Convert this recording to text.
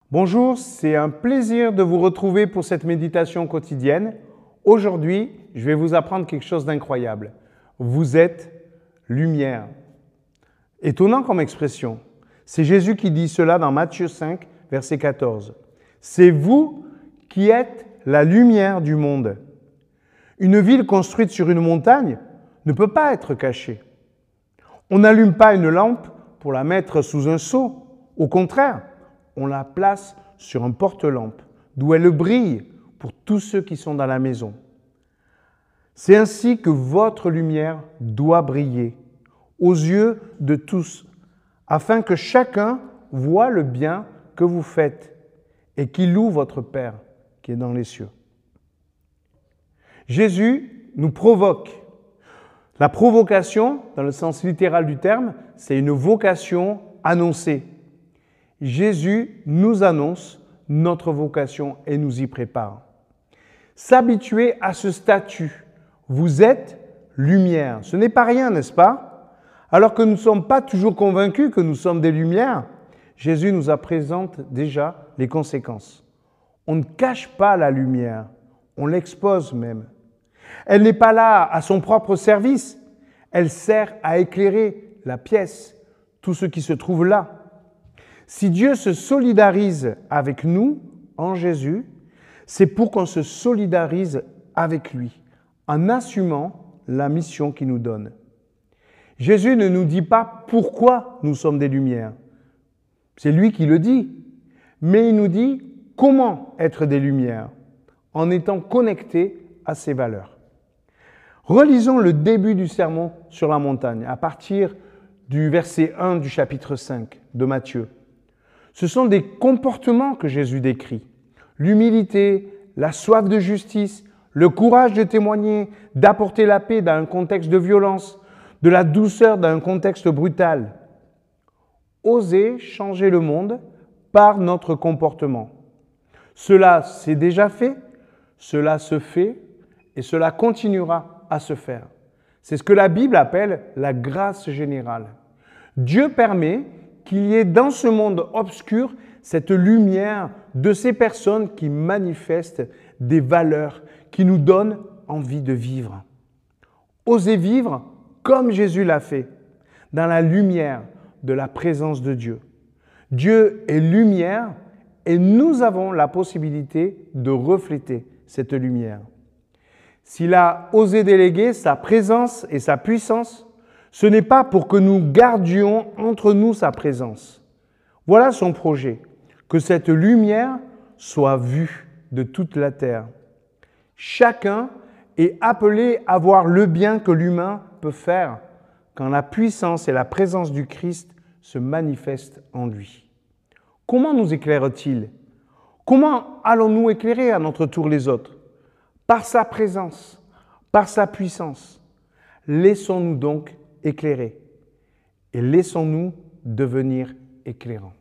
Bonjour, c'est un plaisir de vous retrouver pour cette méditation quotidienne. Aujourd'hui, je vais vous apprendre quelque chose d'incroyable. Vous êtes lumière. Étonnant comme expression. C'est Jésus qui dit cela dans Matthieu 5, verset 14. C'est vous qui êtes la lumière du monde. Une ville construite sur une montagne ne peut pas être cachée. On n'allume pas une lampe pour la mettre sous un seau. Au contraire, on la place sur un porte-lampe, d'où elle brille pour tous ceux qui sont dans la maison. C'est ainsi que votre lumière doit briller aux yeux de tous, afin que chacun voie le bien que vous faites et qu'il loue votre Père qui est dans les cieux. Jésus nous provoque. La provocation, dans le sens littéral du terme, c'est une vocation annoncée. Jésus nous annonce notre vocation et nous y prépare. S'habituer à ce statut, vous êtes lumière. Ce n'est pas rien, n'est-ce pas? Alors que nous ne sommes pas toujours convaincus que nous sommes des lumières, Jésus nous en présente déjà les conséquences. On ne cache pas la lumière, on l'expose même. Elle n'est pas là à son propre service, elle sert à éclairer la pièce, tout ce qui se trouve là. Si Dieu se solidarise avec nous en Jésus, c'est pour qu'on se solidarise avec lui, en assumant la mission qu'il nous donne. Jésus ne nous dit pas pourquoi nous sommes des lumières. C'est lui qui le dit. Mais il nous dit comment être des lumières, en étant connectés à ses valeurs. Relisons le début du sermon sur la montagne, à partir du verset 1 du chapitre 5 de Matthieu. Ce sont des comportements que Jésus décrit. L'humilité, la soif de justice, le courage de témoigner, d'apporter la paix dans un contexte de violence, de la douceur dans un contexte brutal. Oser changer le monde par notre comportement. Cela s'est déjà fait, cela se fait et cela continuera à se faire. C'est ce que la Bible appelle la grâce générale. Dieu permet qu'il y ait dans ce monde obscur cette lumière de ces personnes qui manifestent des valeurs, qui nous donnent envie de vivre. Osez vivre comme Jésus l'a fait, dans la lumière de la présence de Dieu. Dieu est lumière et nous avons la possibilité de refléter cette lumière. S'il a osé déléguer sa présence et sa puissance, ce n'est pas pour que nous gardions entre nous sa présence. Voilà son projet, que cette lumière soit vue de toute la terre. Chacun est appelé à voir le bien que l'humain peut faire quand la puissance et la présence du Christ se manifestent en lui. Comment nous éclaire-t-il? Comment allons-nous éclairer à notre tour les autres? Par sa présence, par sa puissance. Laissons-nous donc éclairer et laissons-nous devenir éclairants.